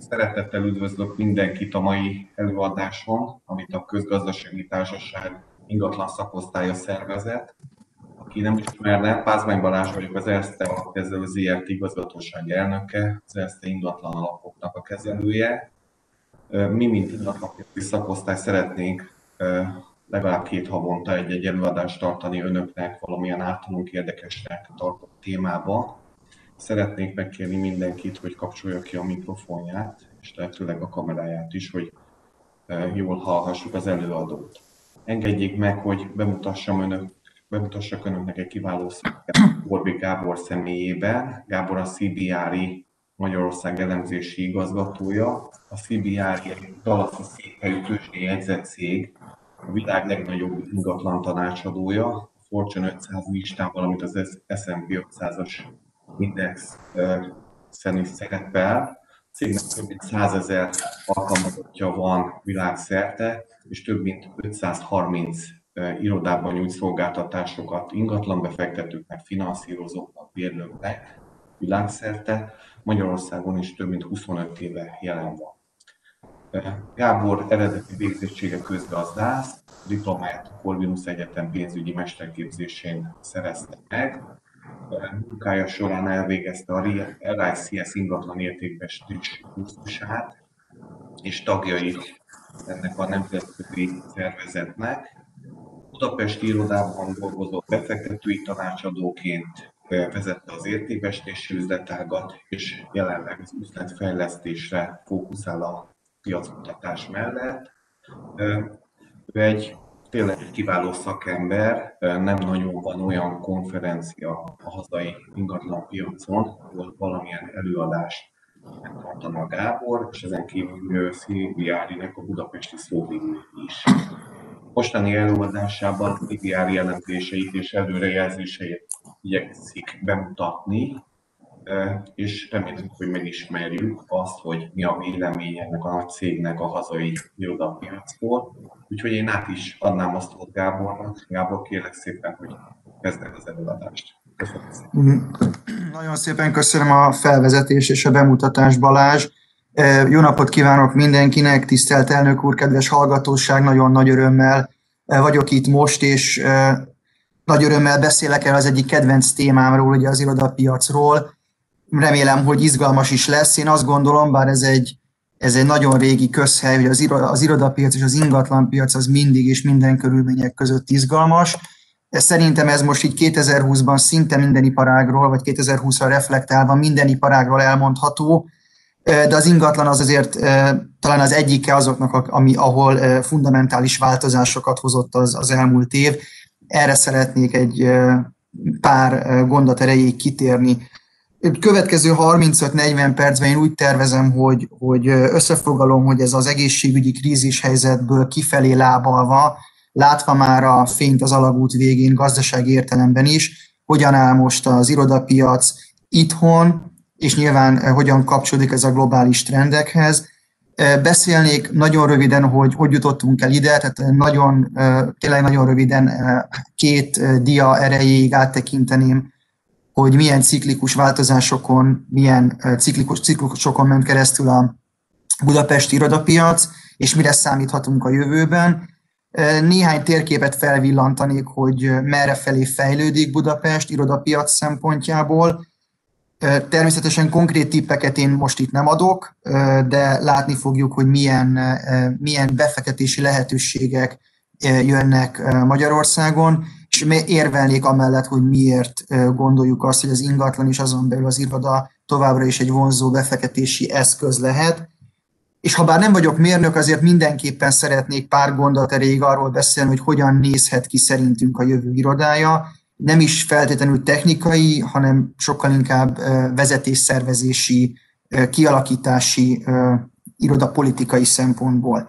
Szeretettel üdvözlök mindenkit a mai előadáson, amit a Közgazdasági Társaság ingatlan szakosztálya szervezett. Aki nem ismerne, Pázmány Balázs vagyok, az Erste Alapkezelő Zrt. Igazgatóság elnöke, az Erste ingatlan alapoknak a kezelője. Mi, mint ingatlanpiaci szakosztály szeretnénk legalább 2 havonta egy előadást tartani önöknek valamilyen általunk érdekesnek tartott témába. Szeretnénk megkérni mindenkit, hogy kapcsolja ki a mikrofonját, és lehetőleg a kameráját is, hogy jól hallhassuk az előadót. Engedjék meg, hogy bemutassak önöknek egy kiváló szakembert Borbély Gábor személyében. Gábor a CBRE Magyarország elemzési igazgatója. A CBRE egy dalaszi székhelyű tőzsdén jegyzett cég, a világ legnagyobb ingatlan tanácsadója, a Fortune 500 listán, valamint az S&P 500-as index szerint szerepel. A cégnek több mint 100 000 alkalmazottja van világszerte, és több mint 530 irodában nyújt szolgáltatásokat ingatlanbefektetőknek, finanszírozóknak, bérlőknek világszerte. Magyarországon is több mint 25 éve jelen van. Gábor eredeti végzettsége közgazdász, diplomáját a Corvinus Egyetem pénzügyi mesterképzésén szerezte meg. Munkája során elvégezte a RICS ingatlan értékbesítési kurzusát, és tagjai ennek a nemzetközi szervezetnek. Budapesti irodában dolgozott befektetői tanácsadóként, vezette az értékbesítési üzletágat, és jelenleg az üzletfejlesztésre fókuszál a piackutatás mellett. Ő tényleg egy kiváló szakember, nem nagyon van olyan konferencia a hazai ingatlanpiacon, ahol valamilyen előadást megtartana Gábor, és ezen kívül CBRE-nek a budapesti szóvivő is. Mostani előadásában CBRE jelentéseit és előrejelzéseit igyekszik bemutatni, és remélem, hogy megismerjük azt, hogy mi a vélemény ennek a nagy cégnek a hazai irodapiacról. Úgyhogy én át is adnám azt a Gábornak. Gábor, kérlek szépen, hogy kezdek az előadást. Köszönöm szépen. Nagyon szépen köszönöm a felvezetést és a bemutatást, Balázs. Jó napot kívánok mindenkinek, tisztelt elnök úr, kedves hallgatóság, nagyon nagy örömmel vagyok itt most, és nagy örömmel beszélek el az egyik kedvenc témámról, ugye az irodapiacról. Remélem, hogy izgalmas is lesz. Én azt gondolom, bár ez egy nagyon régi közhely, hogy az irodapiac és az ingatlanpiac az mindig és minden körülmények között izgalmas. Szerintem ez most így 2020-ban szinte minden iparágról, vagy 2020-ra reflektálva minden iparágról elmondható, de az ingatlan az azért talán az egyike azoknak, ahol fundamentális változásokat hozott az elmúlt év. Erre szeretnék egy pár mondat erejéig kitérni. Következő 35-40 percben én úgy tervezem, hogy összefoglalom, hogy ez az egészségügyi krízis helyzetből kifelé lábalva, látva már a fényt az alagút végén gazdasági értelemben is, hogyan áll most az irodapiac itthon, és nyilván hogyan kapcsolódik ez a globális trendekhez. Beszélnék nagyon röviden, hogy jutottunk el ide, tehát tényleg nagyon röviden 2 dia erejéig áttekinteném, hogy milyen ciklikus változásokon, milyen ciklusokon ment keresztül a budapesti irodapiac, és mire számíthatunk a jövőben. Néhány térképet felvillantanék, hogy merre felé fejlődik Budapest irodapiac szempontjából. Természetesen konkrét tippeket én most itt nem adok, de látni fogjuk, hogy milyen befektetési lehetőségek jönnek Magyarországon, és érvelnék amellett, hogy miért gondoljuk azt, hogy az ingatlan és azon belül az iroda továbbra is egy vonzó befektetési eszköz lehet. És ha bár nem vagyok mérnök, azért mindenképpen szeretnék pár gondot erejéig arról beszélni, hogy hogyan nézhet ki szerintünk a jövő irodája. Nem is feltétlenül technikai, hanem sokkal inkább vezetésszervezési, kialakítási, irodapolitikai szempontból.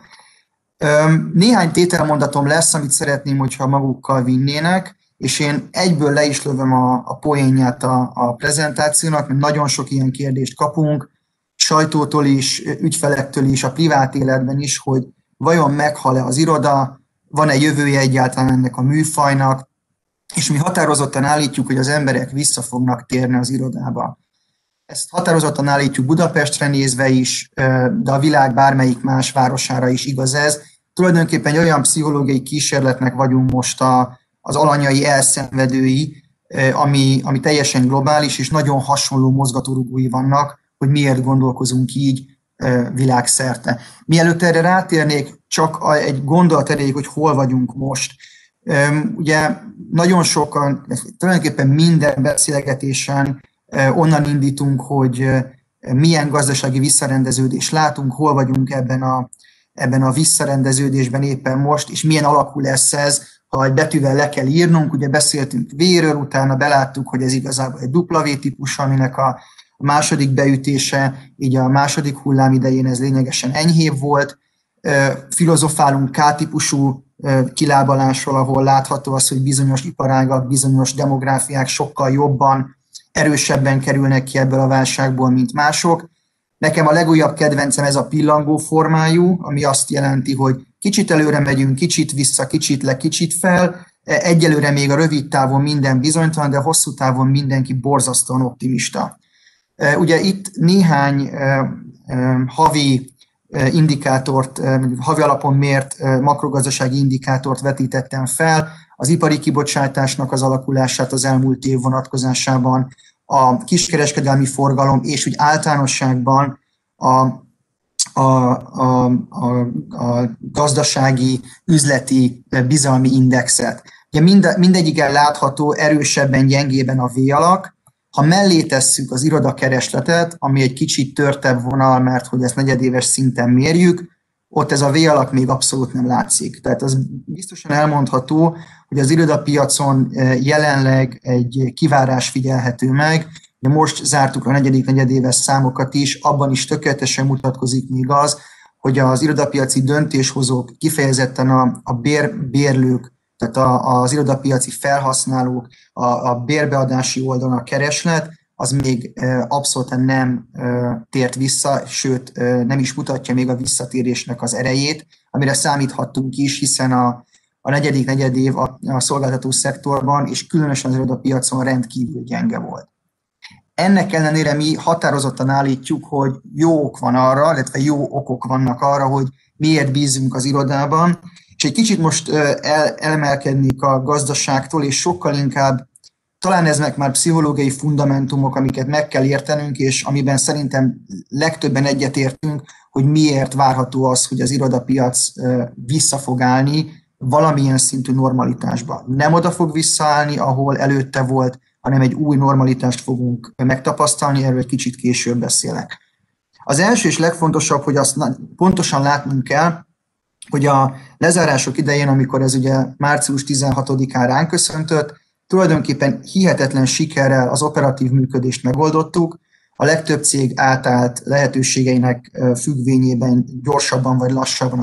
Néhány tételmondatom lesz, amit szeretném, hogyha magukkal vinnének, és én egyből le is lövöm a poénját a prezentációnak, mert nagyon sok ilyen kérdést kapunk, sajtótól is, ügyfelektől is, a privát életben is, hogy vajon meghal-e az iroda, van-e jövője egyáltalán ennek a műfajnak, és mi határozottan állítjuk, hogy az emberek vissza fognak térni az irodába. Ezt határozottan állítjuk Budapestre nézve is, de a világ bármelyik más városára is igaz ez. Tulajdonképpen egy olyan pszichológiai kísérletnek vagyunk most az alanyai elszenvedői, ami teljesen globális, és nagyon hasonló mozgatórugói vannak, hogy miért gondolkozunk így világszerte. Mielőtt erre rátérnék, csak egy gondolat erejéig, hogy hol vagyunk most. Ugye nagyon sokan, tulajdonképpen minden beszélgetésen onnan indítunk, hogy milyen gazdasági visszarendeződést látunk, hol vagyunk ebben a visszarendeződésben éppen most, és milyen alakú lesz ez, ha egy betűvel le kell írnunk. Ugye beszéltünk V-ről, utána beláttuk, hogy ez igazából egy W típus, aminek a második beütése, így a második hullám idején ez lényegesen enyhébb volt. Filozofálunk K-típusú kilábalásról, ahol látható az, hogy bizonyos iparágak, bizonyos demográfiák sokkal jobban, erősebben kerülnek ki ebből a válságból, mint mások. Nekem a legújabb kedvencem ez a pillangó formájú, ami azt jelenti, hogy kicsit előre megyünk, kicsit vissza, kicsit le, kicsit fel. Egyelőre még a rövid távon minden bizonytalan, de hosszú távon mindenki borzasztóan optimista. Ugye itt néhány havi indikátort, havi alapon mért makrogazdasági indikátort vetítettem fel, az ipari kibocsátásnak az alakulását az elmúlt év vonatkozásában, a kiskereskedelmi forgalom, és úgy általánosságban a gazdasági, üzleti bizalmi indexet. Ugye mindegyiken látható erősebben, gyengében a V-alak. Ha mellé tesszük az irodakeresletet, ami egy kicsit törtebb vonal, mert hogy ezt negyedéves szinten mérjük, ott ez a V-alak még abszolút nem látszik. Tehát az biztosan elmondható, hogy az irodapiacon jelenleg egy kivárás figyelhető meg. De most zártuk a negyedik negyedéves számokat is, abban is tökéletesen mutatkozik még az, hogy az irodapiaci döntéshozók, kifejezetten a bérlők, tehát az irodapiaci felhasználók, a bérbeadási oldalon a kereslet, az még abszolút nem tért vissza, sőt nem is mutatja még a visszatérésnek az erejét, amire számíthattunk is, hiszen a negyedik negyedév a szolgáltató szektorban, és különösen az irodapiacon rendkívül gyenge volt. Ennek ellenére mi határozottan állítjuk, hogy jó ok van arra, illetve jó okok vannak arra, hogy miért bízunk az irodában, és egy kicsit most elemelkednék a gazdaságtól, és sokkal inkább, talán ezek már pszichológiai fundamentumok, amiket meg kell értenünk, és amiben szerintem legtöbben egyetértünk, hogy miért várható az, hogy az irodapiac vissza fog állni valamilyen szintű normalitásba. Nem oda fog visszaállni, ahol előtte volt, hanem egy új normalitást fogunk megtapasztalni, erről egy kicsit később beszélek. Az első és legfontosabb, hogy azt pontosan látnunk kell, hogy a lezárások idején, amikor ez ugye március 16-án ránk köszöntött, tulajdonképpen hihetetlen sikerrel az operatív működést megoldottuk, a legtöbb cég átállt lehetőségeinek függvényében gyorsabban vagy lassabban a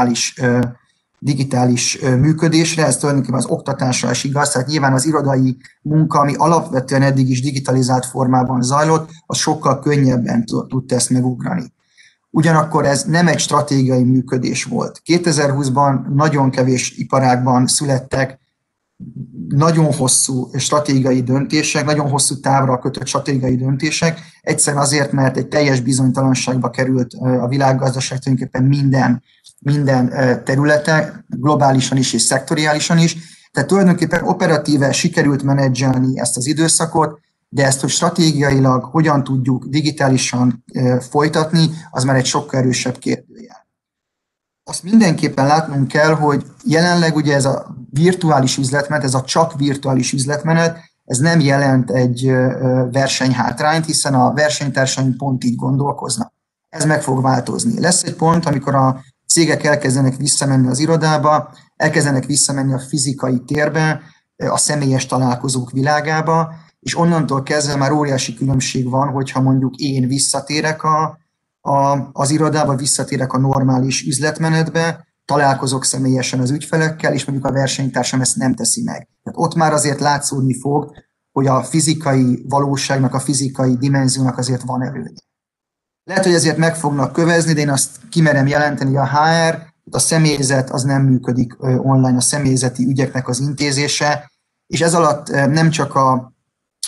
digitális működésre, ez tulajdonképpen az oktatásra is igaz, tehát nyilván az irodai munka, ami alapvetően eddig is digitalizált formában zajlott, az sokkal könnyebben tudta ezt megugrani. Ugyanakkor ez nem egy stratégiai működés volt. 2020-ban nagyon kevés iparágban születtek nagyon hosszú stratégiai döntések, nagyon hosszú távra kötött stratégiai döntések, egyszerűen azért, mert egy teljes bizonytalanságba került a világgazdaság tulajdonképpen minden területe, globálisan is és szektoriálisan is. Tehát tulajdonképpen operatíve sikerült menedzselni ezt az időszakot, de ezt, hogy stratégiailag hogyan tudjuk digitálisan folytatni, az már egy sokkal erősebb kérdőjel. Azt mindenképpen látnunk kell, hogy jelenleg ugye ez a virtuális üzletmenet, ez a csak virtuális üzletmenet, ez nem jelent egy versenyhátrányt, hiszen a versenytársaink pont így gondolkoznak. Ez meg fog változni. Lesz egy pont, amikor a cégek elkezdenek visszamenni az irodába, elkezdenek visszamenni a fizikai térbe, a személyes találkozók világába, és onnantól kezdve már óriási különbség van, hogyha mondjuk én visszatérek az irodába, visszatérek a normális üzletmenetbe, találkozok személyesen az ügyfelekkel, és mondjuk a versenytársam ezt nem teszi meg. Tehát ott már azért látszódni fog, hogy a fizikai valóságnak, a fizikai dimenziónak azért van előnye. Lehet, hogy ezért meg fognak kövezni, de én azt kimerem jelenteni, a HR, a személyzet az nem működik online, a személyzeti ügyeknek az intézése, és ez alatt nem csak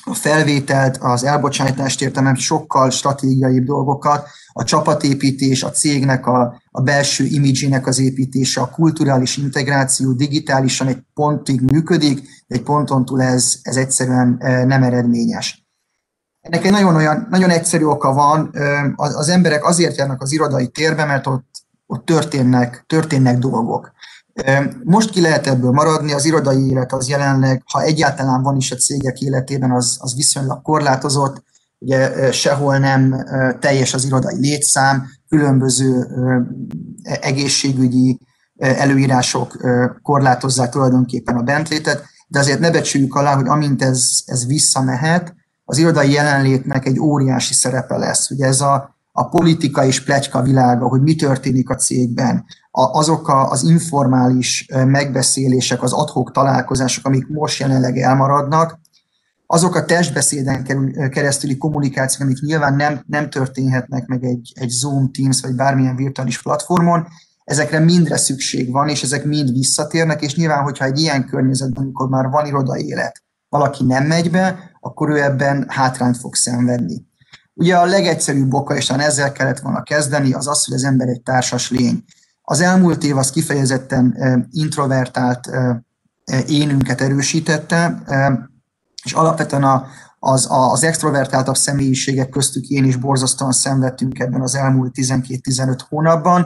a felvételt, az elbocsátást értem, hanem sokkal stratégiaibb dolgokat, a csapatépítés, a cégnek a belső imidzsének az építése, a kulturális integráció digitálisan egy pontig működik, de egy ponton túl ez egyszerűen nem eredményes. Ennek egy nagyon egyszerű oka van, az emberek azért járnak az irodai térbe, mert ott történnek dolgok. Most ki lehet ebből maradni, az irodai élet az jelenleg, ha egyáltalán van is a cégek életében, az viszonylag korlátozott, ugye sehol nem teljes az irodai létszám, különböző egészségügyi előírások korlátozzák tulajdonképpen a bentlétet, de azért ne becsüljük alá, hogy amint ez visszamehet, az irodai jelenlétnek egy óriási szerepe lesz. Ugye ez a politika és pletyka világa, hogy mi történik a cégben, azok az informális megbeszélések, az ad hoc találkozások, amik most jelenleg elmaradnak, azok a testbeszéden keresztüli kommunikációk, amik nyilván nem történhetnek meg egy Zoom, Teams vagy bármilyen virtuális platformon, ezekre mindre szükség van, és ezek mind visszatérnek, és nyilván, hogyha egy ilyen környezetben, amikor már van irodai élet, valaki nem megy be, akkor ő ebben hátrányt fog szenvedni. Ugye a legegyszerűbb oka, és talán ezzel kellett volna kezdeni, az az, hogy az ember egy társas lény. Az elmúlt év az kifejezetten introvertált énünket erősítette, és alapvetően az extrovertáltabb személyiségek köztük én is borzasztóan szenvedtünk ebben az elmúlt 12-15 hónapban,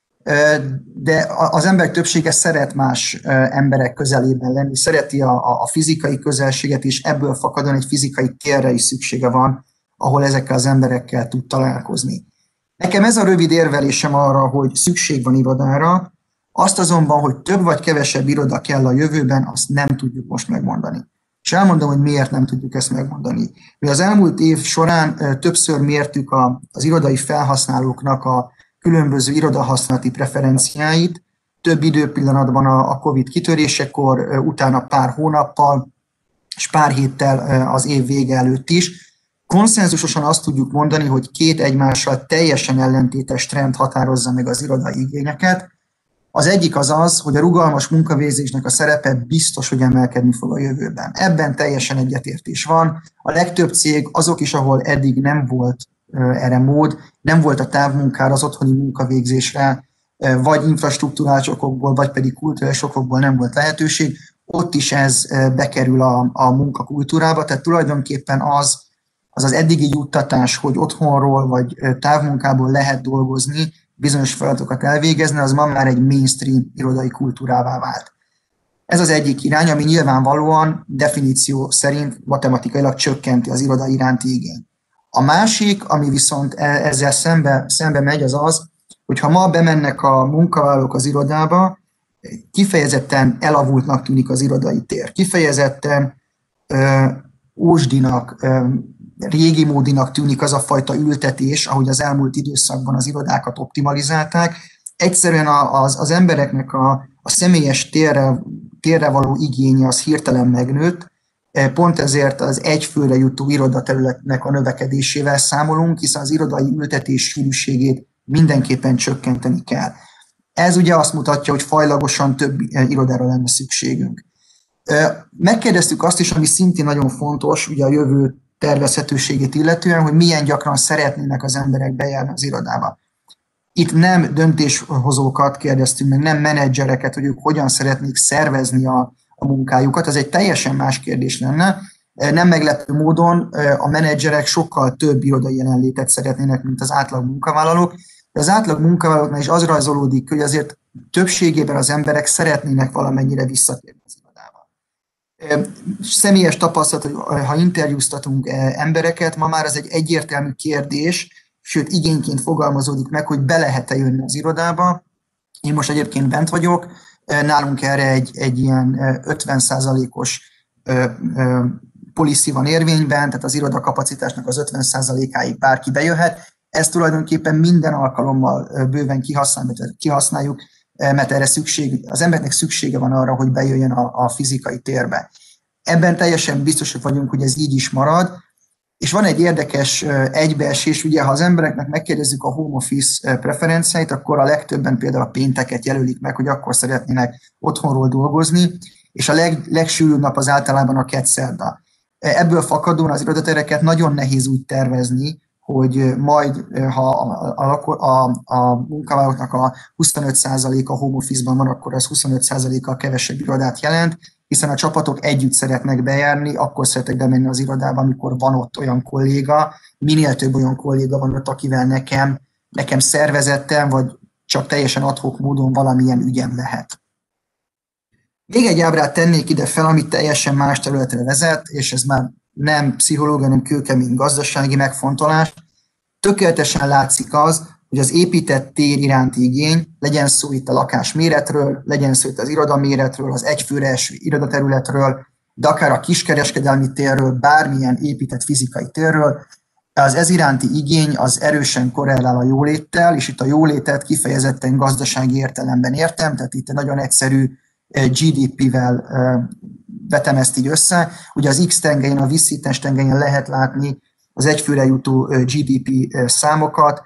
de az emberek többsége szeret más emberek közelében lenni, szereti a fizikai közelséget, és ebből fakadóan egy fizikai térre is szüksége van, ahol ezekkel az emberekkel tud találkozni. Nekem ez a rövid érvelésem arra, hogy szükség van irodára, azt azonban, hogy több vagy kevesebb iroda kell a jövőben, azt nem tudjuk most megmondani. És elmondom, hogy miért nem tudjuk ezt megmondani. Mi az elmúlt év során többször mértük az irodai felhasználóknak a különböző irodahasználati preferenciáit, több időpillanatban a COVID kitörésekor, utána pár hónappal, és pár héttel az év vége előtt is. Konszenzusosan azt tudjuk mondani, hogy két egymással teljesen ellentétes trend határozza meg az irodai igényeket. Az egyik az, hogy a rugalmas munkavégzésnek a szerepe biztos, hogy emelkedni fog a jövőben. Ebben teljesen egyetértés van. A legtöbb cég, azok is, ahol eddig nem volt erre mód, nem volt a távmunkára, az otthoni munkavégzésre, vagy infrastruktúrális okokból, vagy pedig kulturális okokból nem volt lehetőség, ott is ez bekerül a munkakultúrába, tehát tulajdonképpen az eddigi juttatás, hogy otthonról vagy távmunkából lehet dolgozni, bizonyos feladatokat elvégezni, az ma már egy mainstream irodai kultúrává vált. Ez az egyik irány, ami nyilvánvalóan definíció szerint matematikailag csökkenti az iroda iránti igényt. A másik, ami viszont ezzel szembe megy, az, hogy ha ma bemennek a munkavállalók az irodába, kifejezetten elavultnak tűnik az irodai tér. Kifejezetten ósdinak, régi módinak tűnik az a fajta ültetés, ahogy az elmúlt időszakban az irodákat optimalizálták. Egyszerűen az embereknek a személyes térre való igénye az hirtelen megnőtt, pont ezért az egyfőre jutó irodaterületnek a növekedésével számolunk, hiszen az irodai ültetés sűrűségét mindenképpen csökkenteni kell. Ez ugye azt mutatja, hogy fajlagosan több irodára lenne szükségünk. Megkérdeztük azt is, ami szintén nagyon fontos, ugye a jövő tervezhetőségét illetően, hogy milyen gyakran szeretnének az emberek bejárni az irodába. Itt nem döntéshozókat kérdeztünk meg, nem menedzsereket, hogy ők hogyan szeretnék szervezni a munkájukat, ez egy teljesen más kérdés lenne. Nem meglepő módon a menedzserek sokkal több irodai jelenlétet szeretnének, mint az átlag munkavállalók, de az átlag munkavállalóknál is az rajzolódik, hogy azért többségében az emberek szeretnének valamennyire visszatérni az irodába. Személyes tapasztalat, hogy ha interjúztatunk embereket, ma már ez egy egyértelmű kérdés, sőt igényként fogalmazódik meg, hogy be lehet-e jönni az irodába. Én most egyébként bent vagyok, nálunk erre egy ilyen 50%-os policy van érvényben, tehát az irodakapacitásnak az 50%-áig bárki bejöhet. Ezt tulajdonképpen minden alkalommal bőven kihasználjuk, mert erre az embernek szüksége van arra, hogy bejöjjön a fizikai térbe. Ebben teljesen biztosak vagyunk, hogy ez így is marad, és van egy érdekes egybeesés, ugye ha az embereknek megkérdezzük a home office preferenciáit, akkor a legtöbben például a pénteket jelölik meg, hogy akkor szeretnének otthonról dolgozni, és a legsűrűbb nap az általában a kettszerda. Ebből fakadóan az irodatereket nagyon nehéz úgy tervezni, hogy majd, ha a munkavállalóknak a 25%-a home office-ban van, akkor az 25%-kal kevesebb irodát jelent, hiszen a csapatok együtt szeretnek bejárni, akkor szeretnek bemenni az irodába, amikor van ott olyan kolléga, minél több olyan kolléga van ott, akivel nekem szervezetten, vagy csak teljesen ad hoc módon valamilyen ügyem lehet. Még egy ábrát tennék ide fel, amit teljesen más területre vezet, és ez már nem pszichológia, hanem kőkemény gazdasági megfontolás. Tökéletesen látszik az, hogy az épített tér iránti igény, legyen szó itt a lakás méretről, legyen szó itt az irodaméretről, az egyfőre eső irodaterületről, de akár a kiskereskedelmi térről, bármilyen épített fizikai térről, az ez iránti igény az erősen korrelál a jóléttel, és itt a jólétet kifejezetten gazdasági értelemben értem, tehát itt egy nagyon egyszerű GDP-vel vetem ezt így össze. Ugye az X tengelyén, a vízszintens tengelyen lehet látni az egyfőre jutó GDP számokat,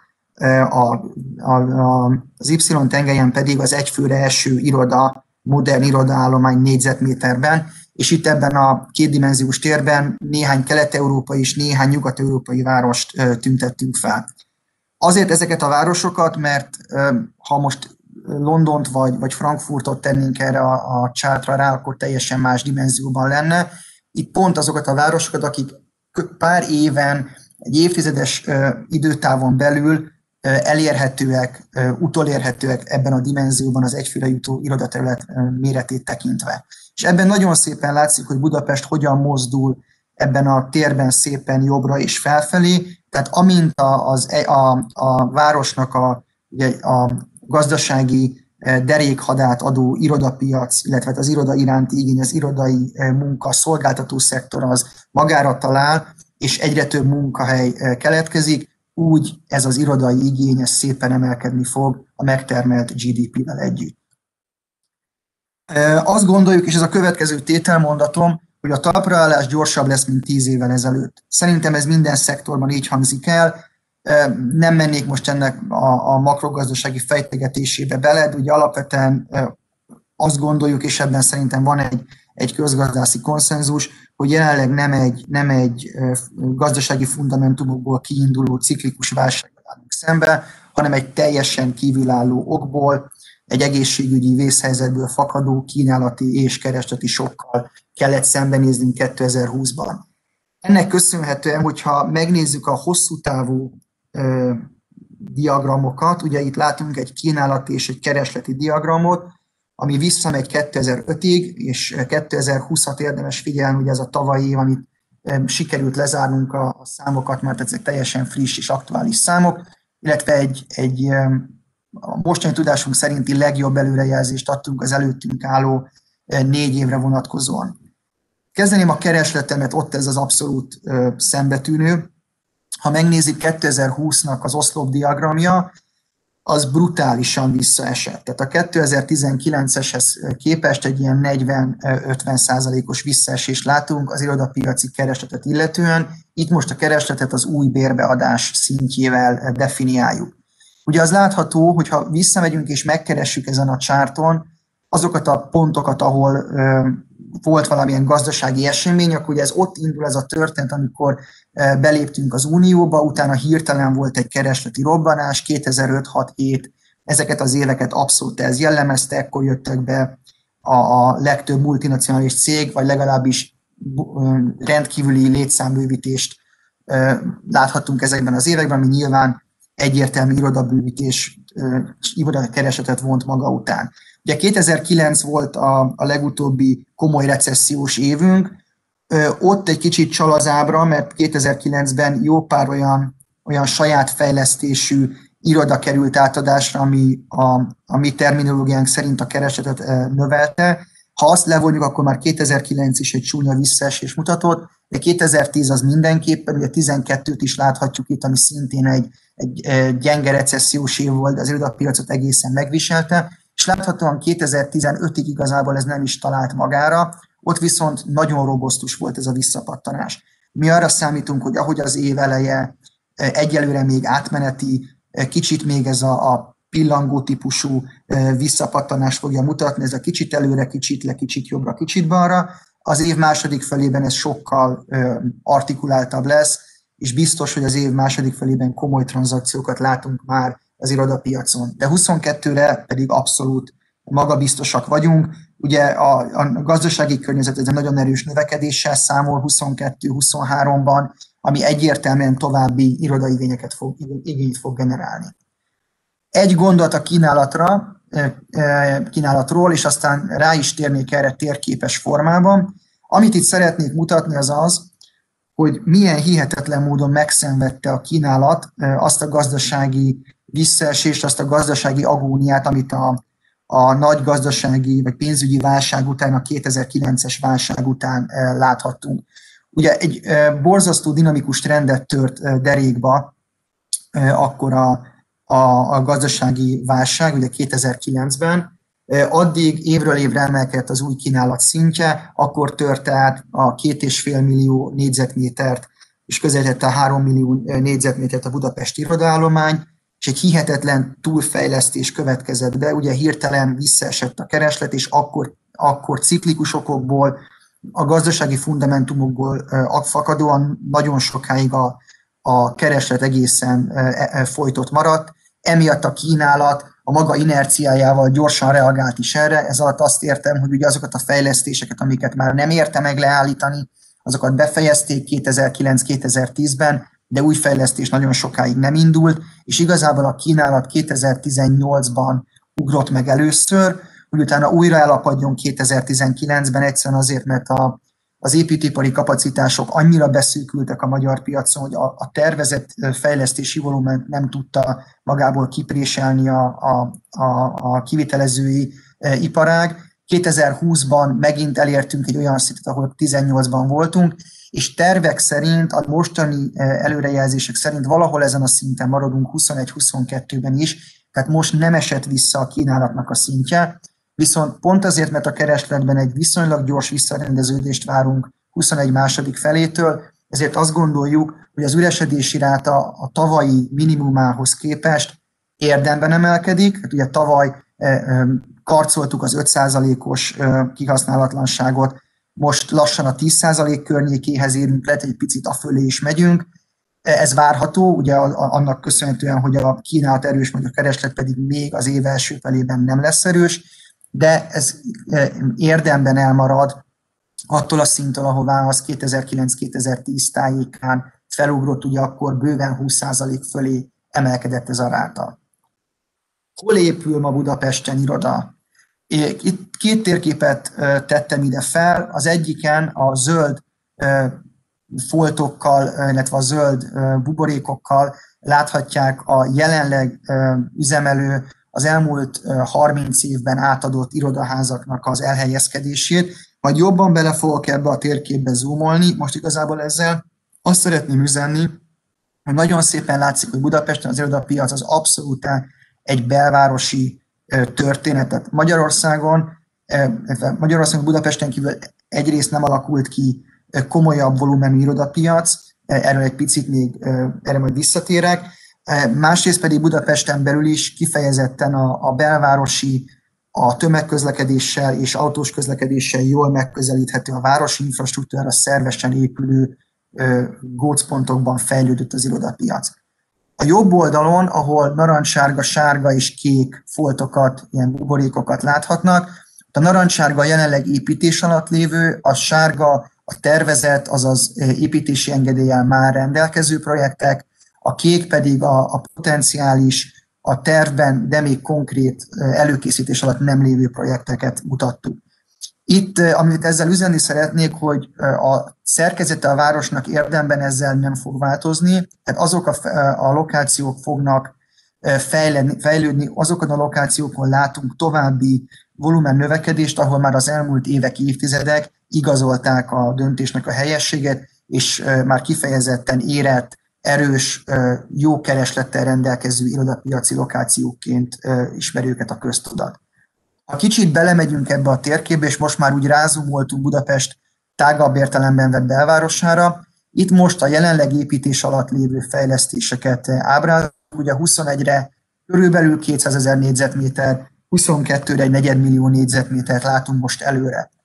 az Y tengelyen pedig az egyfőre eső modern irodaállomány négyzetméterben, és itt ebben a kétdimenziós térben néhány kelet-európai és néhány nyugat-európai várost tüntettünk fel. Azért ezeket a városokat, mert ha most Londont vagy Frankfurtot tennénk erre a chartra rá, akkor teljesen más dimenzióban lenne. Itt pont azokat a városokat, akik pár éven, egy évtizedes időtávon belül elérhetőek, utolérhetőek ebben a dimenzióban az egyfőre jutó irodaterület méretét tekintve. És ebben nagyon szépen látszik, hogy Budapest hogyan mozdul ebben a térben szépen jobbra és felfelé, tehát amint a városnak a gazdasági derékhadát adó irodapiac, illetve az iroda iránti igény, az irodai munka, szolgáltató szektor az magára talál, és egyre több munkahely keletkezik, úgy ez az irodai igény ez szépen emelkedni fog a megtermelt GDP-vel együtt. Azt gondoljuk, és ez a következő tételmondatom, hogy a talpraállás gyorsabb lesz, mint 10 évvel ezelőtt. Szerintem ez minden szektorban így hangzik el. Nem mennék most ennek a makrogazdasági fejtegetésébe bele, de ugye alapvetően azt gondoljuk, és ebben szerintem van egy közgazdászi konszenzus, hogy jelenleg nem egy gazdasági fundamentumokból kiinduló ciklikus válsággal állunk szembe, hanem egy teljesen kívülálló okból, egy egészségügyi vészhelyzetből fakadó kínálati és keresleti sokkal kellett szembenéznünk 2020-ban. Ennek köszönhetően, hogyha megnézzük a hosszú távú diagramokat, ugye itt látunk egy kínálati és egy keresleti diagramot, ami visszamegy 2005-ig, és 2020-at érdemes figyelni, ugye ez a tavalyi év, amit sikerült lezárnunk a számokat, mert ezek teljesen friss és aktuális számok, illetve egy a mostani tudásunk szerinti legjobb előrejelzést adtunk az előttünk álló 4 évre vonatkozóan. Kezdeném a keresletemet, ott ez az abszolút szembetűnő. Ha megnézik 2020-nak az oszlopdiagramja, az brutálisan visszaesett. Tehát a 2019-eshez képest egy ilyen 40-50%-os visszaesést látunk az irodapiaci keresletet illetően. Itt most a keresletet az új bérbeadás szintjével definiáljuk. Ugye az látható, hogyha visszamegyünk és megkeressük ezen a csárton azokat a pontokat, ahol volt valamilyen gazdasági esemény, akkor ugye ez ott indul ez a történet, amikor beléptünk az Unióba, utána hirtelen volt egy keresleti robbanás, 2005-6-7, ezeket az éveket abszolút ez jellemezte, ekkor jöttek be a legtöbb multinacionális cég, vagy legalábbis rendkívüli létszámbővítést láthattunk ezekben az években, ami nyilván egyértelmű irodabővítés, irodakeresletet vont maga után. Ugye 2009 volt a legutóbbi komoly recessziós évünk, ott egy kicsit csal az ábra, mert 2009-ben jó pár olyan saját fejlesztésű iroda került átadásra, ami a mi terminológiánk szerint a keresletet növelte. Ha azt levonjuk, akkor már 2009 is egy csúnya visszaesés mutatott, de 2010 az mindenképpen, ugye 12-t is láthatjuk itt, ami szintén egy gyenge recessziós év volt, az irodapiacot egészen megviselte, és láthatóan 2015-ig igazából ez nem is talált magára, ott viszont nagyon robosztus volt ez a visszapattanás. Mi arra számítunk, hogy ahogy az év eleje egyelőre még átmeneti, kicsit még ez a pillangó típusú visszapattanást fogja mutatni, ez a kicsit előre, kicsit le, kicsit jobbra, kicsit balra, Az év második felében ez sokkal artikuláltabb lesz, és biztos, hogy az év második felében komoly tranzakciókat látunk már az irodapiacon. De 22-re pedig abszolút magabiztosak vagyunk. Ugye a gazdasági környezet egy nagyon erős növekedéssel számol 22-23-ban, ami egyértelműen további irodaigényeket igényt fog generálni. Egy gondolat a kínálatról, és aztán rá is térnék erre térképes formában. Amit itt szeretnék mutatni az, hogy milyen hihetetlen módon megszenvedte a kínálat azt a gazdasági visszaesést, azt a gazdasági agóniát, amit a nagy gazdasági vagy pénzügyi válság után, a 2009-es válság után láthattunk. Ugye egy borzasztó dinamikus trendet tört derékba akkor a gazdasági válság, ugye 2009-ben, addig évről évre emelkedett az új kínálat szintje, akkor tört át a 2,5 millió négyzetmétert, és közelítette a 3 millió négyzetmétert a budapesti irodaállomány, és egy hihetetlen túlfejlesztés következett be, ugye hirtelen visszaesett a kereslet, és akkor ciklikus okokból, a gazdasági fundamentumokból fakadóan nagyon sokáig a kereslet egészen folytott maradt, emiatt a kínálat a maga inerciájával gyorsan reagált is erre, ez alatt azt értem, hogy ugye azokat a fejlesztéseket, amiket már nem érte meg leállítani, azokat befejezték 2009-2010-ben, de új fejlesztés nagyon sokáig nem indult, és igazából a kínálat 2018-ban ugrott meg először, hogy utána újra elapadjon 2019-ben, egyszerűen azért, mert az építőipari kapacitások annyira beszűkültek a magyar piacon, hogy a tervezett fejlesztési volument nem tudta magából kipréselni a kivitelezői iparág. 2020-ban megint elértünk egy olyan szintet, ahol 18-ban voltunk, és tervek szerint, a mostani előrejelzések szerint valahol ezen a szinten maradunk 21-22-ben is, tehát most nem esett vissza a kínálatnak a szintje, viszont pont azért, mert a keresletben egy viszonylag gyors visszarendeződést várunk 21 második felétől, ezért azt gondoljuk, hogy az üresedési ráta a tavalyi minimumához képest érdemben emelkedik. Hát ugye tavaly karcoltuk az 5%-os kihasználatlanságot, most lassan a 10% környékéhez érünk, lehet egy picit afölé is megyünk. Ez várható, ugye annak köszönhetően, hogy a kínálat erős, vagy a kereslet pedig még az év első felében nem lesz erős, de ez érdemben elmarad attól a szinttől, ahová az 2009-2010 tájékán felugrott, ugye akkor bőven 20% fölé emelkedett ez a ráta. Hol épül ma Budapesten iroda? Itt két térképet tettem ide fel, az egyiken a zöld foltokkal, illetve a zöld buborékokkal láthatják a jelenleg üzemelő, az elmúlt 30 évben átadott irodaházaknak az elhelyezkedését, majd jobban bele fogok ebbe a térképbe zoomolni. Most igazából ezzel azt szeretném üzenni, hogy nagyon szépen látszik, hogy Budapesten az irodapiac az abszolút egy belvárosi történet. Tehát Magyarországon Budapesten kívül egyrészt nem alakult ki komolyabb volumenű irodapiac, erről egy picit még erre majd visszatérek, másrészt pedig Budapesten belül is kifejezetten a belvárosi, a tömegközlekedéssel és autós közlekedéssel jól megközelíthető a városi infrastruktúrára szervesen épülő gócpontokban fejlődött az irodapiac. A jobb oldalon, ahol narancssárga, sárga és kék foltokat, ilyen buborékokat láthatnak, a narancssárga jelenleg építés alatt lévő, a sárga a tervezett, azaz építési engedéllyel már rendelkező projektek, a kék pedig a potenciális, a tervben, de még konkrét előkészítés alatt nem lévő projekteket mutattuk. Itt, amit ezzel üzenni szeretnék, hogy a szerkezete a városnak érdemben ezzel nem fog változni, tehát azok a lokációk fognak fejlődni, azokon a lokációkon látunk további volumen növekedést, ahol már az elmúlt évek, évtizedek igazolták a döntésnek a helyességet, és már kifejezetten érett, erős, jó kereslettel rendelkező irodapiaci lokációként ismeri őket a köztudat. Ha kicsit belemegyünk ebbe a térképbe, és most már úgy rázumoltunk Budapest tágabb értelemben vett belvárosára, itt most a jelenleg építés alatt lévő fejlesztéseket ábrázoljuk, ugye 21-re körülbelül 200 000 négyzetméter, 22-re egy 400 000 négyzetmétert látunk most előre.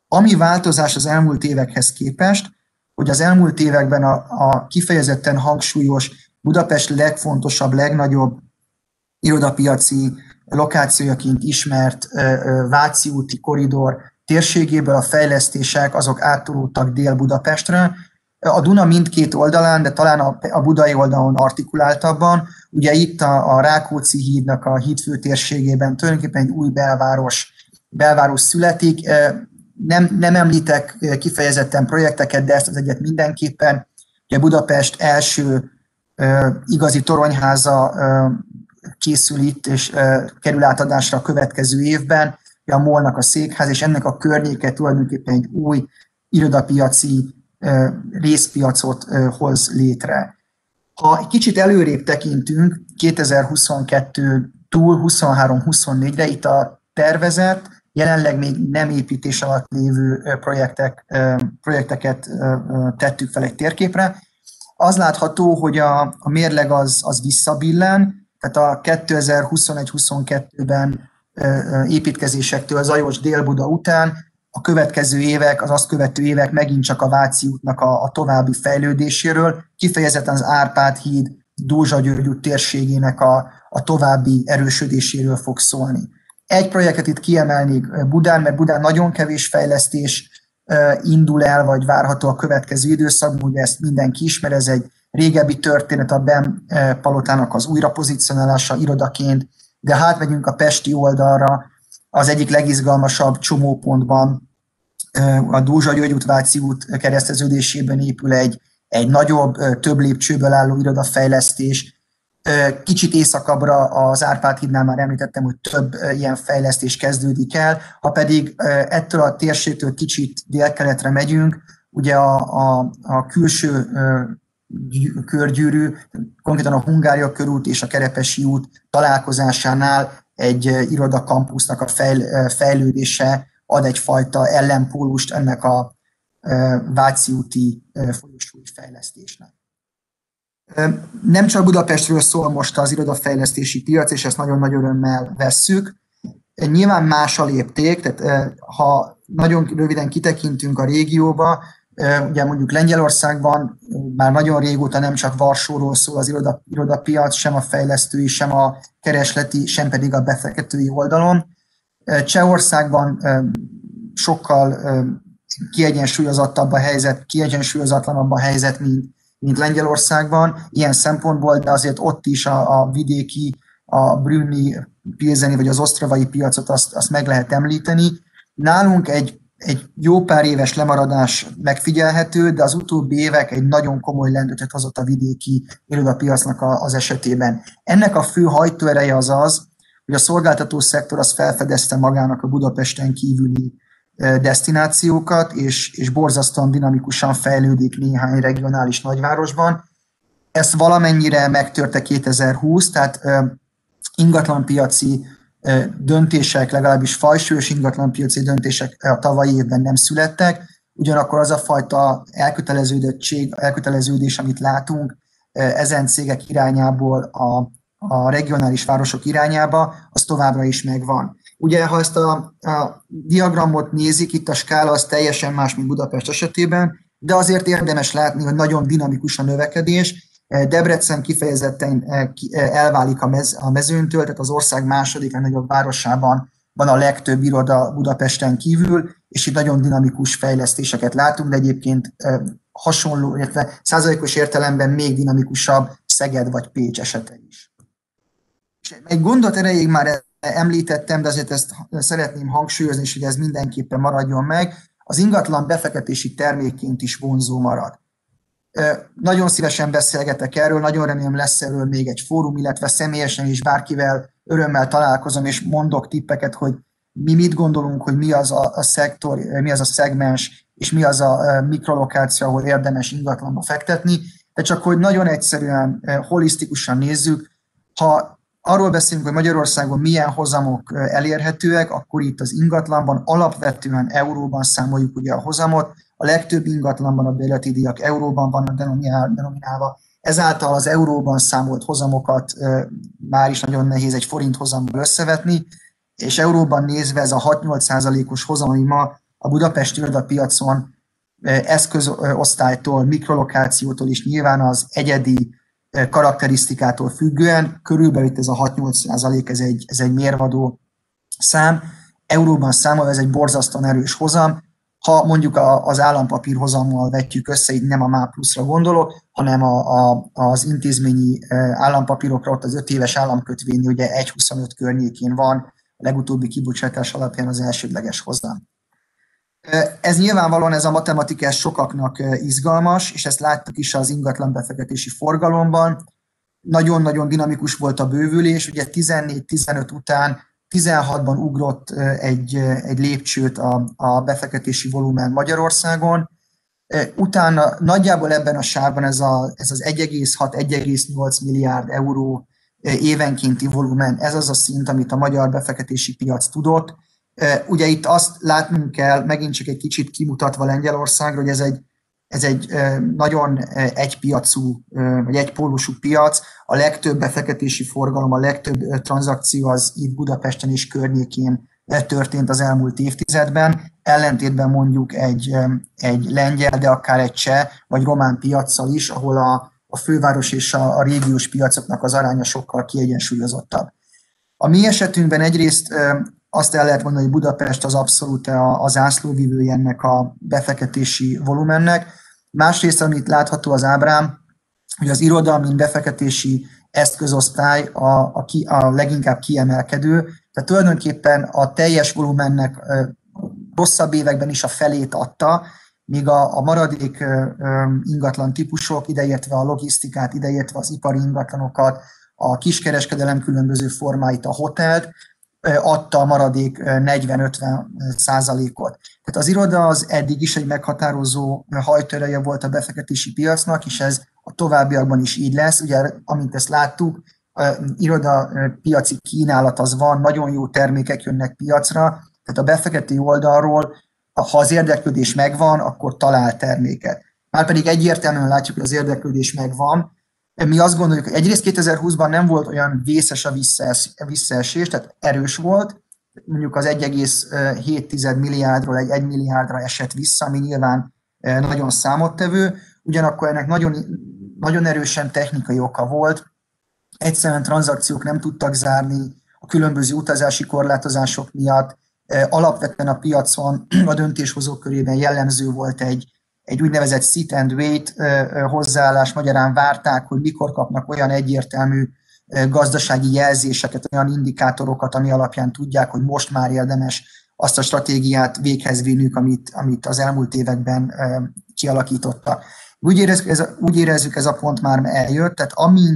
Ami változás az elmúlt évekhez képest, hogy az elmúlt években a kifejezetten hangsúlyos Budapest legfontosabb, legnagyobb irodapiaci lokációjaként ismert Váci úti korridor térségéből a fejlesztések azok áttolódtak Dél-Budapestre. A Duna mindkét oldalán, de talán a budai oldalon artikuláltabban. Ugye itt a Rákóczi hídnak a hídfőtérségében tulajdonképpen egy új belváros születik. Nem említek kifejezetten projekteket, de ezt az egyet mindenképpen. Ugye Budapest első igazi toronyháza készül itt, és kerül átadásra a következő évben. A MOL-nak a székház, és ennek a környéke tulajdonképpen egy új irodapiaci részpiacot hoz létre. Ha egy kicsit előrébb tekintünk, 2022 túl 23-24-re itt a tervezett, jelenleg még nem építés alatt lévő projekteket tettük fel egy térképre. Az látható, hogy a mérleg az visszabillen, tehát a 2021-22-ben építkezésektől Zajos Dél-Buda után a következő évek, az azt követő évek megint csak a Váci útnak a további fejlődéséről, kifejezetten az Árpád híd, Dózsa-György út térségének a további erősödéséről fog szólni. Egy projektet itt kiemelnék Budán, mert Budán nagyon kevés fejlesztés indul el, vagy várható a következő időszakban, ugye ezt mindenki ismer, ez egy régebbi történet, a BEM palotának az újrapozicionálása irodaként, de hát megyünk a pesti oldalra, az egyik legizgalmasabb csomópontban a Dózsa-György út, Váci út kereszteződésében épül egy nagyobb, több lépcsőből álló irodafejlesztés. Kicsit északabbra az Árpád hídnál már említettem, hogy több ilyen fejlesztés kezdődik el. Ha pedig ettől a térségtől kicsit délkeletre megyünk, ugye a külső körgyűrű, konkrétan a Hungária körút és a Kerepesi út találkozásánál egy irodakampusznak a fejlődése ad egyfajta ellenpólust ennek a Váci úti folyosói fejlesztésnek. Nem csak Budapestről szól most az irodafejlesztési piac, és ezt nagyon nagy örömmel vesszük. Nyilván más a lépték, tehát ha nagyon röviden kitekintünk a régióba, ugye mondjuk Lengyelországban már nagyon régóta nem csak Varsóról szól az irodapiac, sem a fejlesztői, sem a keresleti, sem pedig a befektetői oldalon. Csehországban sokkal kiegyensúlyozottabb a helyzet, kiegyensúlyozatlanabb a helyzet, mint Lengyelországban, ilyen szempontból, de azért ott is a vidéki, a brünni, pilzeni vagy az osztravai piacot azt meg lehet említeni. Nálunk egy jó pár éves lemaradás megfigyelhető, de az utóbbi évek egy nagyon komoly lendületet hozott a vidéki irodapiacnak az esetében. Ennek a fő hajtóereje az, hogy a szolgáltató szektor az felfedezte magának a Budapesten kívüli desztinációkat, és borzasztóan dinamikusan fejlődik néhány regionális nagyvárosban. Ezt valamennyire megtörte 2020, tehát ingatlanpiaci döntések, legalábbis fajsúlyos ingatlanpiaci döntések a tavalyi évben nem születtek, ugyanakkor az a fajta elköteleződés, amit látunk ezen cégek irányából a regionális városok irányába, az továbbra is megvan. Ugye, ha ezt a diagramot nézik, itt a skála az teljesen más, mint Budapest esetében, de azért érdemes látni, hogy nagyon dinamikus a növekedés. Debrecen kifejezetten elválik a mezőntől, tehát az ország második legnagyobb városában van a legtöbb iroda Budapesten kívül, és itt nagyon dinamikus fejlesztéseket látunk, de egyébként hasonló, illetve százalékos értelemben még dinamikusabb Szeged vagy Pécs esete is. És egy gondot erejéig már említettem, de azért ezt szeretném hangsúlyozni, és hogy ez mindenképpen maradjon meg, az ingatlan befektetési termékként is vonzó marad. Nagyon szívesen beszélgetek erről, nagyon remélem lesz erről még egy fórum, illetve személyesen is bárkivel örömmel találkozom, és mondok tippeket, hogy mi mit gondolunk, hogy mi az a szektor, mi az a szegmens, és mi az a mikrolokáció, ahol érdemes ingatlanba fektetni. De csak hogy nagyon egyszerűen, holisztikusan nézzük, ha arról beszélünk, hogy Magyarországon milyen hozamok elérhetőek, akkor itt az ingatlanban alapvetően euróban számoljuk ugye a hozamot, a legtöbb ingatlanban a bérleti díjak euróban vannak denominálva, ezáltal az euróban számolt hozamokat már is nagyon nehéz egy forint hozammal összevetni, és euróban nézve ez a 6-8%-os hozam, ami ma a budapesti irodapiacon eszközosztálytól, mikrolokációtól is nyilván az egyedi karakterisztikától függően, körülbelül ez a 6-8%, ez egy mérvadó szám. Euróban számolva ez egy borzasztóan erős hozam. Ha mondjuk az állampapír hozammal vetjük össze, így nem a MÁ pluszra gondolok, hanem az intézményi állampapírokra, ott az 5 éves államkötvény ugye 1,25 környékén van, a legutóbbi kibocsátás alapján az elsődleges hozam. Ez nyilvánvalóan ez a matematikás sokaknak izgalmas, és ezt láttuk is az ingatlan befektetési forgalomban. Nagyon-nagyon dinamikus volt a bővülés, ugye 14-15 után 16-ban ugrott egy lépcsőt a befektetési volumen Magyarországon. Utána nagyjából ebben a sávban ez az 1,6-1,8 milliárd euró évenkénti volumen, ez az a szint, amit a magyar befektetési piac tudott. Ugye itt azt látnunk kell, megint csak egy kicsit kimutatva Lengyelországra, hogy ez egy nagyon egypiacú, vagy egypólusú piac. A legtöbb befektetési forgalom, a legtöbb tranzakció az itt Budapesten és környékén történt az elmúlt évtizedben, ellentétben mondjuk egy lengyel, de akár egy cseh vagy román piaccal is, ahol a főváros és a régiós piacoknak az aránya sokkal kiegyensúlyozottabb. A mi esetünkben egyrészt azt el lehet mondani, hogy Budapest az abszolút a zászlóvivője ennek a befektetési volumennek. Másrészt, amit látható az ábrán, hogy az iroda, mint befektetési eszközosztály a leginkább kiemelkedő. Tehát tulajdonképpen a teljes volumennek rosszabb években is a felét adta, míg a maradék ingatlan típusok, ideértve a logisztikát, ideértve az ipari ingatlanokat, a kiskereskedelem különböző formáit, a hotelt, adta a maradék 40-50%. Tehát az iroda az eddig is egy meghatározó hajtóereje volt a befektetési piacnak, és ez a továbbiakban is így lesz. Ugye, amint ezt láttuk, iroda piaci kínálat az van, nagyon jó termékek jönnek piacra, tehát a befektető oldalról, ha az érdeklődés megvan, akkor talál terméket. Márpedig egyértelműen látjuk, hogy az érdeklődés megvan. Mi azt gondoljuk, hogy egyrészt 2020-ban nem volt olyan vészes a visszaesés, tehát erős volt, mondjuk az 1,7 milliárdról egy 1 milliárdra esett vissza, ami nyilván nagyon számottevő, ugyanakkor ennek nagyon, nagyon erősen technikai oka volt, egyszerűen tranzakciók nem tudtak zárni a különböző utazási korlátozások miatt, alapvetően a piacon a döntéshozók körében jellemző volt egy úgynevezett sit and wait hozzáállás, magyarán várták, hogy mikor kapnak olyan egyértelmű gazdasági jelzéseket, olyan indikátorokat, ami alapján tudják, hogy most már érdemes azt a stratégiát véghez vinnük, amit az elmúlt években kialakítottak. Úgy érezzük, ez a pont már eljött, tehát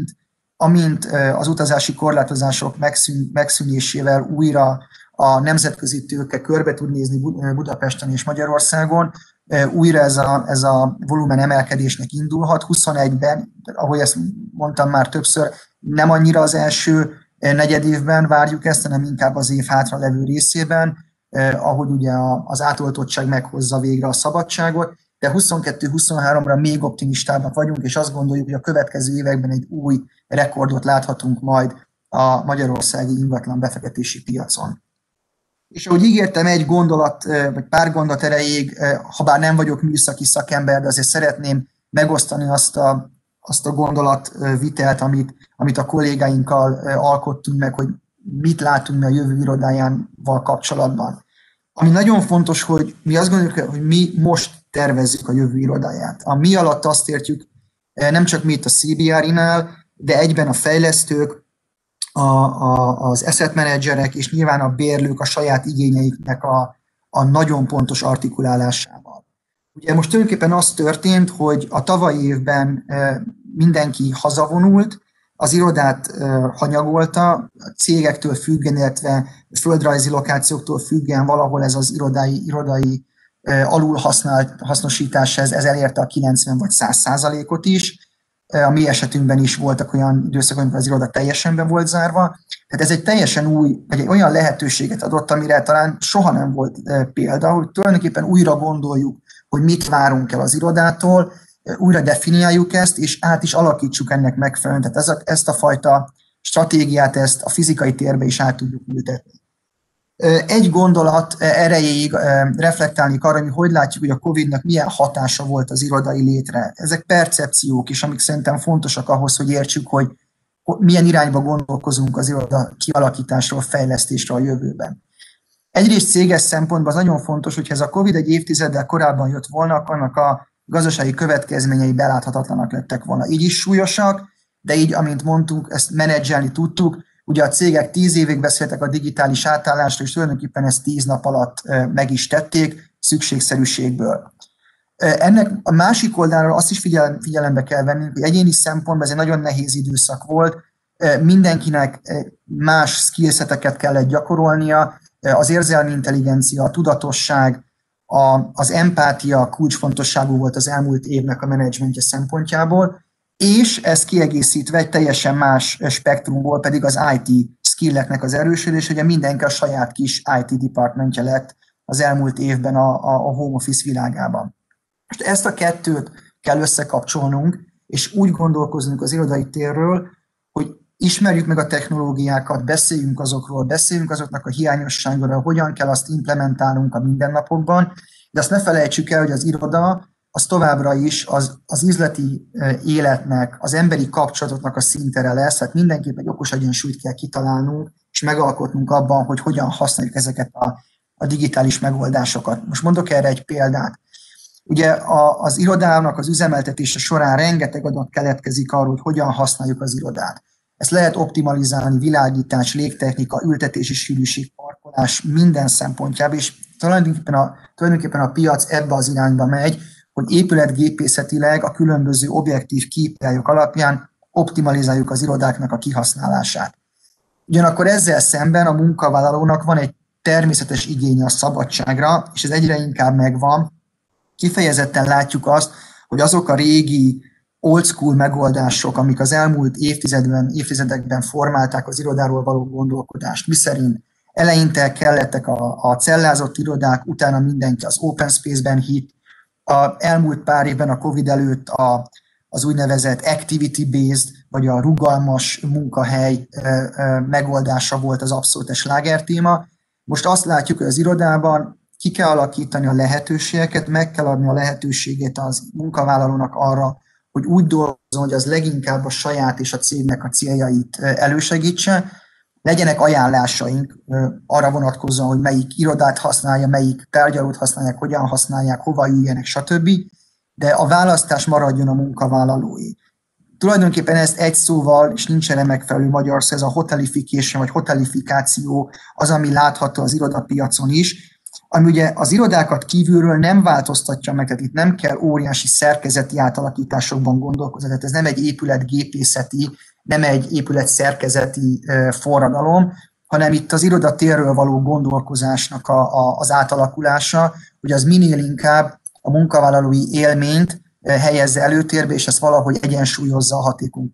amint az utazási korlátozások megszűnésével újra a nemzetközi tőke körbe tud nézni Budapesten és Magyarországon, újra ez a volumen emelkedésnek indulhat. 21-ben, ahogy ezt mondtam már többször, nem annyira az első negyedévben várjuk ezt, hanem inkább az év hátra levő részében, ahogy ugye az átoltottság meghozza végre a szabadságot, de 22-23-ra még optimistábbak vagyunk, és azt gondoljuk, hogy a következő években egy új rekordot láthatunk majd a magyarországi ingatlan befektetési piacon. És ahogy ígértem, egy gondolat, vagy pár gondolat erejéig, ha bár nem vagyok műszaki szakember, de azért szeretném megosztani azt a gondolatvitelt, amit a kollégáinkkal alkottunk meg, hogy mit látunk mi a jövő irodájával kapcsolatban. Ami nagyon fontos, hogy mi azt gondoljuk, hogy mi most tervezzük a jövő irodáját. A mi alatt azt értjük, nem csak mi itt a CBRI-nál, de egyben a fejlesztők, az asset managerek és nyilván a bérlők a saját igényeiknek a nagyon pontos artikulálásával. Ugye most tulajdonképpen az történt, hogy a tavalyi évben mindenki hazavonult, az irodát hanyagolta, a cégektől függően, illetve földrajzi lokációktól függően valahol ez az irodai alulhasznosítás, ez elérte a 90 vagy 100%-ot is. A mi esetünkben is voltak olyan időszakok, amikor az iroda teljesen be volt zárva. Tehát ez egy teljesen új, vagy egy olyan lehetőséget adott, amire talán soha nem volt példa, hogy tulajdonképpen újra gondoljuk, hogy mit várunk el az irodától, újra definiáljuk ezt, és át is alakítsuk ennek megfelelően. Tehát ezt a fajta stratégiát, ezt a fizikai térbe is át tudjuk ültetni. Egy gondolat erejéig reflektálni arra, hogy látjuk, hogy a Covid-nak milyen hatása volt az irodai létre. Ezek percepciók is, amik szerintem fontosak ahhoz, hogy értsük, hogy milyen irányba gondolkozunk az iroda kialakításról, fejlesztésről a jövőben. Egyrészt céges szempontból az nagyon fontos, hogy ez a Covid egy évtizeddel korábban jött volna, akkor annak a gazdasági következményei beláthatatlanak lettek volna. Így is súlyosak, de így, amint mondtuk, ezt menedzselni tudtuk. Ugye a cégek 10 évig beszéltek a digitális átállásról, és tulajdonképpen ezt 10 nap alatt meg is tették, szükségszerűségből. Ennek a másik oldalról azt is figyelembe kell vennünk, hogy egyéni szempontból ez egy nagyon nehéz időszak volt, mindenkinek más skillseteket kellett gyakorolnia, az érzelmi intelligencia, a tudatosság, az empátia kulcsfontosságú volt az elmúlt évnek a menedzsmentje szempontjából, és ez kiegészítve egy teljesen más spektrumból pedig az IT skilleknek az erősödés, ugye mindenki a saját kis IT departmentje lett az elmúlt évben a home office világában. Most ezt a kettőt kell összekapcsolnunk, és úgy gondolkoznunk az irodai térről, hogy ismerjük meg a technológiákat, beszéljünk azokról, beszéljünk azoknak a hiányosságról, hogyan kell azt implementálnunk a mindennapokban, de azt ne felejtsük el, hogy az iroda az továbbra is az üzleti életnek, az emberi kapcsolatoknak a szintere lesz, hát mindenképp egy okos egyensúlyt kell kitalálnunk, és megalkotnunk abban, hogy hogyan használjuk ezeket a digitális megoldásokat. Most mondok erre egy példát. Ugye az irodának az üzemeltetése során rengeteg adat keletkezik arról, hogy hogyan használjuk az irodát. Ezt lehet optimalizálni, világítás, légtechnika, ültetési sűrűség, parkolás minden szempontjából, és tulajdonképpen a piac ebbe az irányba megy, hogy épületgépészetileg a különböző objektív KPI-ok alapján optimalizáljuk az irodáknak a kihasználását. Ugyanakkor ezzel szemben a munkavállalónak van egy természetes igénye a szabadságra, és ez egyre inkább megvan. Kifejezetten látjuk azt, hogy azok a régi old school megoldások, amik az elmúlt évtizedekben formálták az irodáról való gondolkodást, miszerint eleinte kellettek a cellázott irodák, utána mindenki az open space-ben hitt, elmúlt pár évben a Covid előtt az úgynevezett activity-based, vagy a rugalmas munkahely megoldása volt az abszolút slágertéma. Most azt látjuk, hogy az irodában ki kell alakítani a lehetőségeket, meg kell adni a lehetőséget az munkavállalónak arra, hogy úgy dolgozzon, hogy az leginkább a saját és a cégnek a céljait elősegítse. Legyenek ajánlásaink arra vonatkozóan, hogy melyik irodát használja, melyik tárgyalót használják, hogyan használják, hova üljenek, stb. De a választás maradjon a munkavállalói. Tulajdonképpen ezt egy szóval, és nincs erre megfelelő magyar szó, ez a hotelification vagy hotelifikáció az, ami látható az irodapiacon is, ami ugye az irodákat kívülről nem változtatja meg, tehát itt nem kell óriási szerkezeti átalakításokban gondolkozni, tehát ez nem egy épületgépészeti, nem egy épület szerkezeti forradalom, hanem itt az irodatérről való gondolkozásnak az átalakulása, hogy az minél inkább a munkavállalói élményt helyezze előtérbe, és ezt valahogy egyensúlyozza a hatékony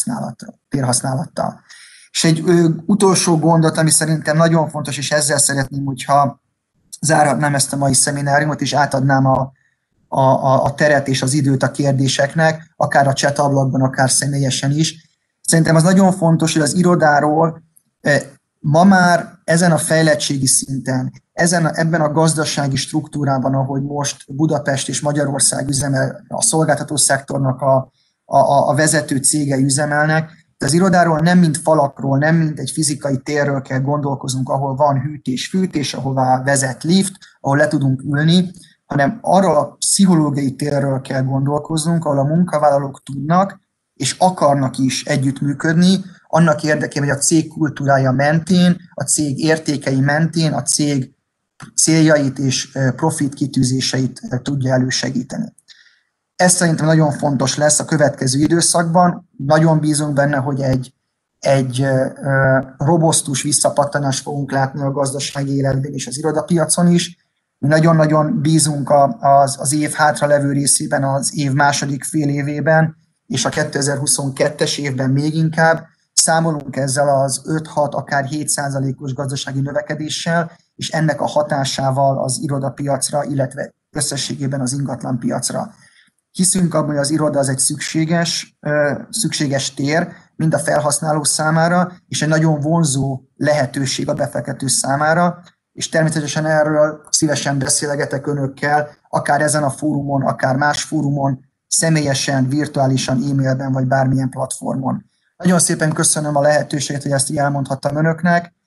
térhasználattal. És egy utolsó gondot, ami szerintem nagyon fontos, és ezzel szeretném, hogyha zárhatnám ezt a mai szemináriumot, és átadnám a teret és az időt a kérdéseknek, akár a chat ablakban, akár személyesen is. Szerintem az nagyon fontos, hogy az irodáról ma már ezen a fejlettségi szinten, ebben a gazdasági struktúrában, ahogy most Budapest és Magyarország üzemel, a szolgáltató szektornak a vezető cégei üzemelnek, de az irodáról nem mint falakról, nem mint egy fizikai térről kell gondolkoznunk, ahol van hűtés, fűtés, ahová vezet lift, ahol le tudunk ülni, hanem arról a pszichológiai térről kell gondolkoznunk, ahol a munkavállalók tudnak és akarnak is együttműködni, annak érdekében, hogy a cég kultúrája mentén, a cég értékei mentén, a cég céljait és profit kitűzéseit tudja elősegíteni. Ez szerintem nagyon fontos lesz a következő időszakban. Nagyon bízunk benne, hogy egy robosztus visszapattanást fogunk látni a gazdasági életben és az irodapiacon is. Mi nagyon-nagyon bízunk az év hátralevő részében, az év második fél évében, és a 2022-es évben még inkább. Számolunk ezzel az 5-6, akár 7%-os gazdasági növekedéssel, és ennek a hatásával az irodapiacra, illetve összességében az ingatlanpiacra. Hiszünk abban, hogy az iroda az egy szükséges tér, mind a felhasználó számára, és egy nagyon vonzó lehetőség a befektető számára. és természetesen erről szívesen beszélgetek önökkel, akár ezen a fórumon, akár más fórumon, személyesen, virtuálisan, e-mailben, vagy bármilyen platformon. Nagyon szépen köszönöm a lehetőséget, hogy ezt így elmondhattam önöknek,